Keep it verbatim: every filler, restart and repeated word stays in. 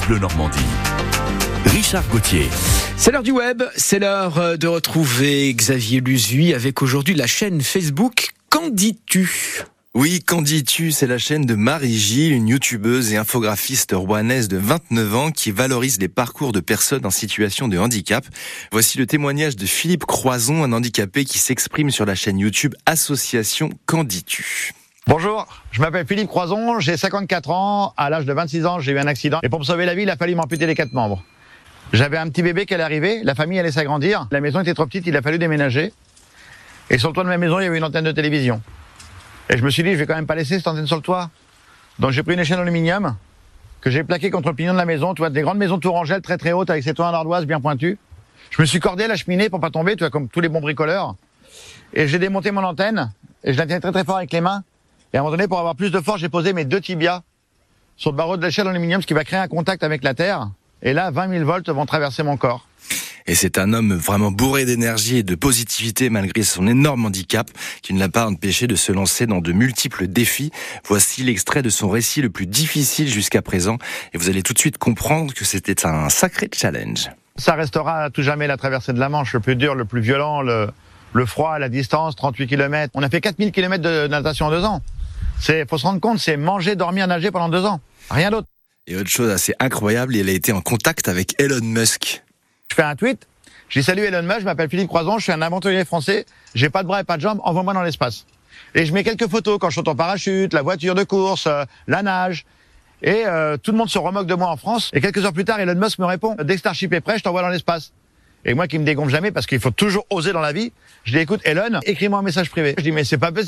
Bleu Normandie. Richard Gauthier. C'est l'heure du web, c'est l'heure de retrouver Xavier Luzuy avec aujourd'hui la chaîne Facebook Qu'en dis-tu ? Oui, Qu'en dis-tu ? C'est la chaîne de Marie-Gilles, une youtubeuse et infographiste rouennaise de vingt-neuf ans qui valorise les parcours de personnes en situation de handicap. Voici le témoignage de Philippe Croison, un handicapé qui s'exprime sur la chaîne YouTube Association Qu'en dis-tu ? Bonjour, je m'appelle Philippe Croison, j'ai cinquante-quatre ans, à l'âge de vingt-six ans j'ai eu un accident et pour me sauver la vie il a fallu m'amputer les quatre membres. J'avais un petit bébé qui allait arriver, la famille allait s'agrandir, la maison était trop petite, il a fallu déménager et sur le toit de ma maison il y avait une antenne de télévision. Et je me suis dit je vais quand même pas laisser cette antenne sur le toit. Donc j'ai pris une échelle d'aluminium que j'ai plaquée contre le pignon de la maison, tu vois, des grandes maisons tourangelles très très hautes avec ses toits en ardoise bien pointus. Je me suis cordé à la cheminée pour pas tomber, tu vois, comme tous les bons bricoleurs. Et j'ai démonté mon antenne et je la tiens très très fort avec les mains. Et à un moment donné, pour avoir plus de force, j'ai posé mes deux tibias sur le barreau de l'échelle d'aluminium, ce qui va créer un contact avec la terre. Et là, vingt mille volts vont traverser mon corps. Et c'est un homme vraiment bourré d'énergie et de positivité malgré son énorme handicap qui ne l'a pas empêché de se lancer dans de multiples défis. Voici l'extrait de son récit le plus difficile jusqu'à présent. Et vous allez tout de suite comprendre que c'était un sacré challenge. Ça restera à tout jamais la traversée de la Manche, le plus dur, le plus violent, le, le froid, la distance, trente-huit kilomètres. On a fait quatre mille kilomètres de natation en deux ans. C'est, faut se rendre compte, c'est manger, dormir, nager pendant deux ans. Rien d'autre. Et autre chose assez incroyable, il a été en contact avec Elon Musk. Je fais un tweet, je dis salut Elon Musk, je m'appelle Philippe Croison, je suis un aventurier français, j'ai pas de bras et pas de jambes, envoie-moi dans l'espace. Et je mets quelques photos quand je saute en parachute, la voiture de course, euh, la nage. Et euh, tout le monde se remoque de moi en France. Et quelques heures plus tard, Elon Musk me répond, dès que Starship est prêt, je t'envoie dans l'espace. Et moi qui me dégonfle jamais parce qu'il faut toujours oser dans la vie, je dis écoute Elon, écris-moi un message privé. Je dis mais c'est pas possible.